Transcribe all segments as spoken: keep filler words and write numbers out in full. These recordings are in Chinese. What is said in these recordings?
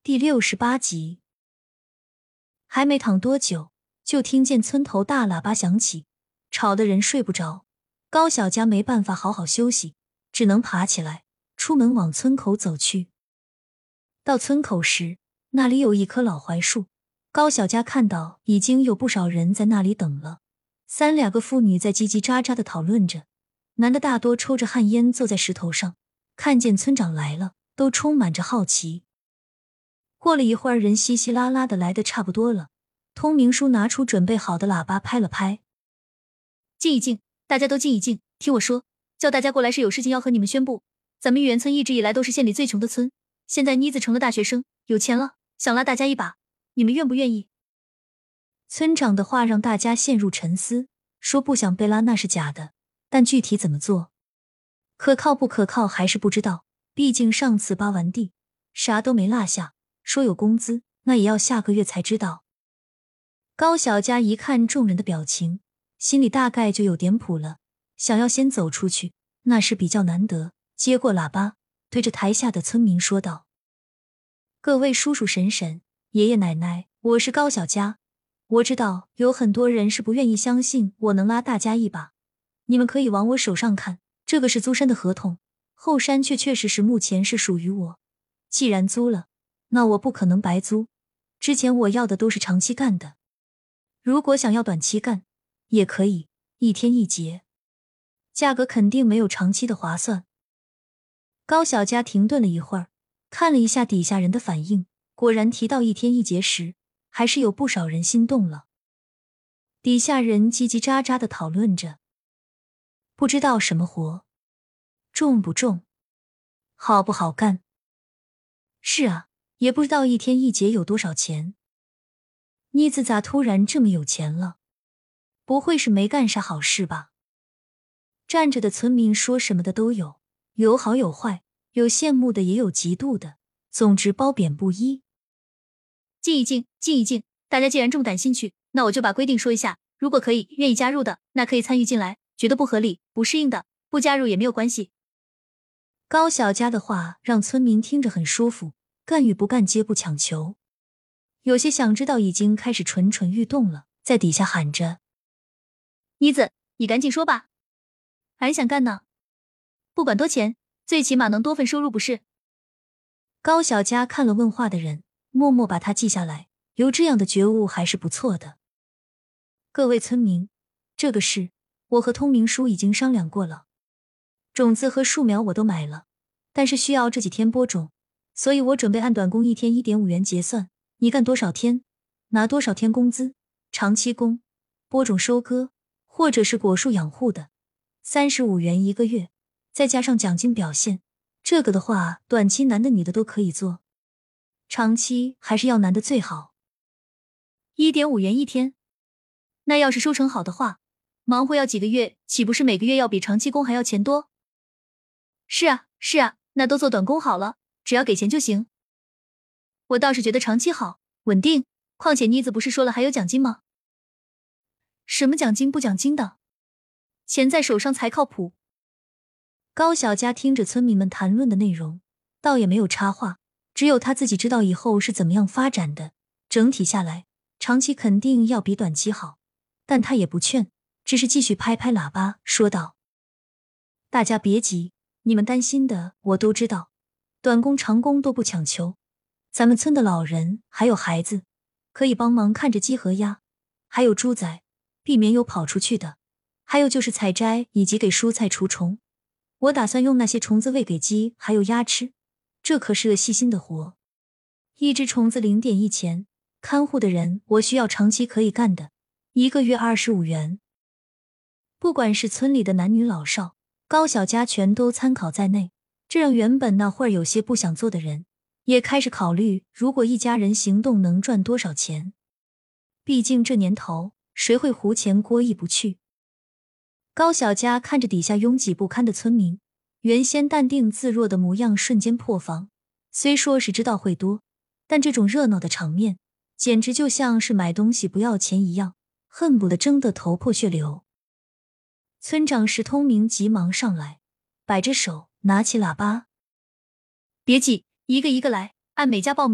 第六十八集。还没躺多久，就听见村头大喇叭响起，吵得人睡不着。高小佳没办法好好休息，只能爬起来，出门往村口走去。到村口时，那里有一棵老槐树，高小佳看到已经有不少人在那里等了。三两个妇女在叽叽喳喳地讨论着，男的大多抽着旱烟坐在石头上，看见村长来了，都充满着好奇。过了一会儿，人稀稀拉拉的来得差不多了，通明叔拿出准备好的喇叭拍了拍。 静一静，大家都静一静，听我说，叫大家过来是有事情要和你们宣布。咱们玉园村一直以来都是县里最穷的村，现在妮子成了大学生，有钱了，想拉大家一把，你们愿不愿意？ 村长的话让大家陷入沉思，说不想被拉那是假的，但具体怎么做，可靠不可靠还是不知道，毕竟上次扒完地，啥都没落下。说有工资，那也要下个月才知道。高小佳一看众人的表情，心里大概就有点谱了，想要先走出去，那是比较难得。接过喇叭，对着台下的村民说道：各位叔叔婶婶、爷爷奶奶，我是高小佳。我知道有很多人是不愿意相信我能拉大家一把，你们可以往我手上看，这个是租山的合同，后山却确实是目前是属于我。既然租了，那我不可能白租，之前我要的都是长期干的。如果想要短期干，也可以，一天一节，价格肯定没有长期的划算。高小佳停顿了一会儿，看了一下底下人的反应，果然提到一天一节时，还是有不少人心动了。底下人叽叽喳喳地讨论着，不知道什么活，重不重，好不好干。是啊，也不知道一天一节有多少钱。妮子咋突然这么有钱了？不会是没干啥好事吧？站着的村民说什么的都有，有好有坏，有羡慕的也有嫉妒的，总之褒贬不一。 静一静，静一静，大家既然这么感兴趣，那我就把规定说一下，如果可以愿意加入的，那可以参与进来，觉得不合理不适应的，不加入也没有关系。 高小佳的话让村民听着很舒服，干与不干皆不强求。有些想知道已经开始蠢蠢欲动了，在底下喊着： 妮子，你赶紧说吧，俺想干呢，不管多钱，最起码能多份收入不是？ 高小佳看了问话的人，默默把他记下来，有这样的觉悟还是不错的。各位村民，这个事我和通明叔已经商量过了，种子和树苗我都买了，但是需要这几天播种，所以我准备按短工一天 一点五元结算，你干多少天拿多少天工资，长期工、播种收割或者是果树养护的三十五元一个月，再加上奖金表现，这个的话短期男的女的都可以做，长期还是要男的最好。 一点五元一天，那要是收成好的话，忙活要几个月，岂不是每个月要比长期工还要钱多？是啊，是啊，那都做短工好了，只要给钱就行。我倒是觉得长期好，稳定，况且妮子不是说了还有奖金吗？什么奖金不奖金的？钱在手上才靠谱。 高小佳听着村民们谈论的内容，倒也没有插话，只有他自己知道以后是怎么样发展的。整体下来，长期肯定要比短期好，但他也不劝，只是继续拍拍喇叭说道：大家别急，你们担心的我都知道，短工长工都不强求，咱们村的老人还有孩子可以帮忙看着鸡和鸭，还有猪仔，避免有跑出去的，还有就是采摘以及给蔬菜除虫，我打算用那些虫子喂给鸡还有鸭吃，这可是个细心的活。一只虫子 零点一钱，看护的人我需要长期可以干的，一个月二十五元。不管是村里的男女老少，高小佳全都参考在内，这让原本那会儿有些不想做的人也开始考虑，如果一家人行动能赚多少钱。毕竟这年头谁会胡钱过意不去。高小佳看着底下拥挤不堪的村民，原先淡定自若的模样瞬间破防。虽说是知道会多，但这种热闹的场面简直就像是买东西不要钱一样，恨不得争得头破血流。村长石通明急忙上来，摆着手拿起喇叭： 别急，一个一个来，按每家报名，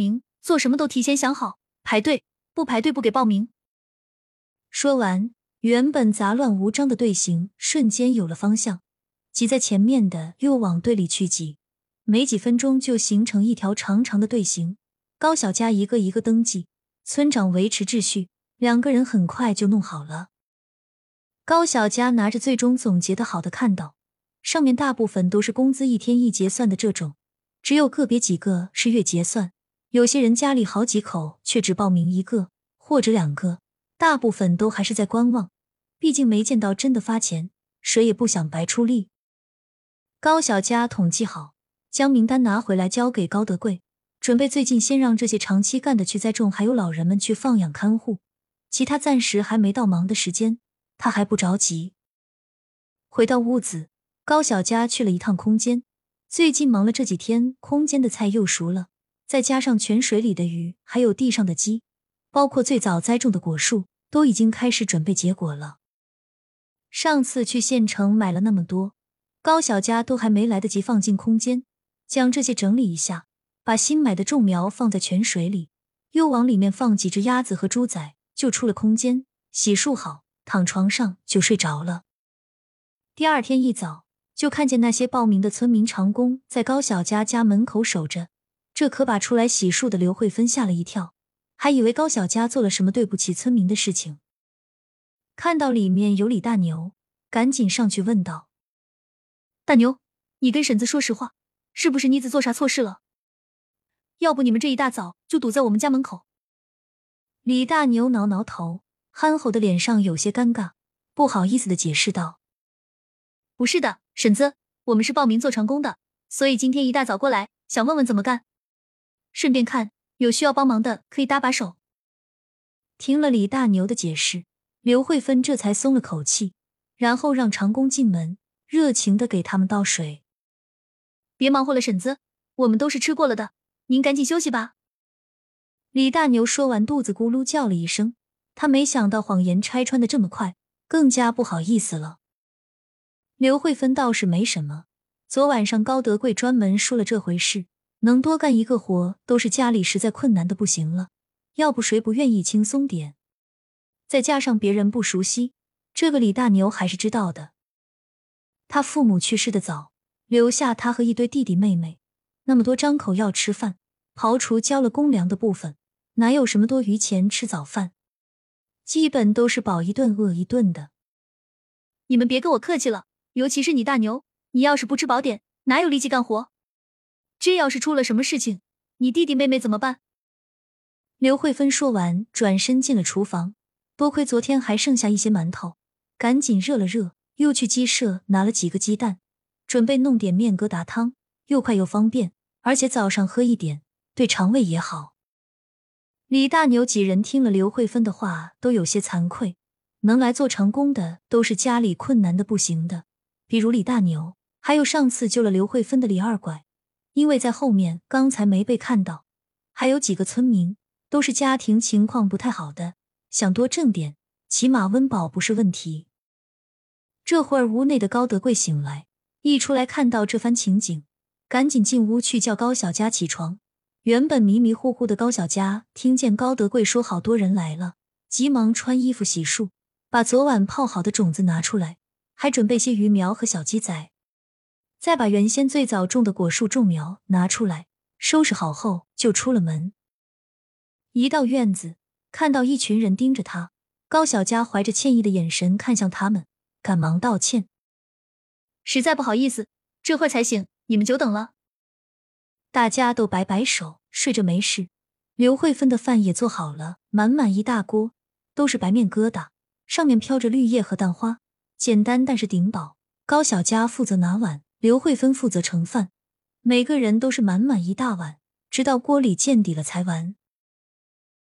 做什么都提前想好，排队，不排队不给报名。 说完，原本杂乱无章的队形瞬间有了方向，挤在前面的又往队里去挤，没几分钟就形成一条长长的队形。高小佳一个一个登记，村长维持秩序，两个人很快就弄好了。高小佳拿着最终总结的好的看到，上面大部分都是工资一天一结算的这种，只有个别几个是月结算，有些人家里好几口却只报名一个或者两个，大部分都还是在观望，毕竟没见到真的发钱，谁也不想白出力。高小佳统计好，将名单拿回来交给高德贵，准备最近先让这些长期干的去栽种还有老人们去放养看护，其他暂时还没到忙的时间，他还不着急。回到屋子，高小佳去了一趟空间，最近忙了这几天，空间的菜又熟了，再加上泉水里的鱼，还有地上的鸡，包括最早栽种的果树，都已经开始准备结果了。上次去县城买了那么多，高小佳都还没来得及放进空间，将这些整理一下，把新买的种苗放在泉水里，又往里面放几只鸭子和猪仔，就出了空间，洗漱好，躺床上就睡着了。第二天一早，就看见那些报名的村民长工在高小佳家门口守着，这可把出来洗漱的刘慧芬吓了一跳，还以为高小佳做了什么对不起村民的事情。看到里面有李大牛，赶紧上去问道： 大牛，你跟婶子说实话，是不是妮子做啥错事了？要不你们这一大早就堵在我们家门口。 李大牛挠挠头，憨厚的脸上有些尴尬，不好意思的解释道： 不是的，婶子，我们是报名做长工的，所以今天一大早过来，想问问怎么干，顺便看有需要帮忙的可以搭把手。 听了李大牛的解释，刘慧芬这才松了口气，然后让长工进门，热情的给他们倒水。 别忙活了，婶子，我们都是吃过了的，您赶紧休息吧。 李大牛说完，肚子咕噜叫了一声，他没想到谎言拆穿的这么快，更加不好意思了。刘慧芬倒是没什么，昨晚上高德贵专门说了这回事，能多干一个活都是家里实在困难的不行了，要不谁不愿意轻松点。再加上别人不熟悉，这个李大牛还是知道的。他父母去世的早，留下他和一堆弟弟妹妹，那么多张口要吃饭，刨除交了公粮的部分，哪有什么多余钱吃早饭，基本都是饱一顿饿一顿的。 你们别跟我客气了，尤其是你大牛，你要是不吃饱点，哪有力气干活？这要是出了什么事情，你弟弟妹妹怎么办？ 刘慧芬说完，转身进了厨房，多亏昨天还剩下一些馒头，赶紧热了热，又去鸡舍拿了几个鸡蛋，准备弄点面疙瘩汤，又快又方便，而且早上喝一点，对肠胃也好。李大牛几人听了刘慧芬的话，都有些惭愧，能来做长工的都是家里困难的不行的，比如李大牛，还有上次救了刘慧芬的李二拐，因为在后面刚才没被看到，还有几个村民都是家庭情况不太好的，想多挣点，起码温饱不是问题。这会儿屋内的高德贵醒来，一出来看到这番情景，赶紧进屋去叫高小佳起床。原本迷迷糊糊的高小佳听见高德贵说好多人来了，急忙穿衣服洗漱，把昨晚泡好的种子拿出来，还准备些鱼苗和小鸡仔，再把原先最早种的果树种苗拿出来，收拾好后就出了门。一到院子，看到一群人盯着他，高小佳怀着歉意的眼神看向他们，赶忙道歉： 实在不好意思，这会儿才醒，你们久等了。 大家都摆摆手，睡着没事。刘慧芬的饭也做好了，满满一大锅，都是白面疙瘩，上面飘着绿叶和蛋花，简单但是顶饱。高小佳负责拿碗，刘慧芬负责盛饭，每个人都是满满一大碗，直到锅里见底了才完。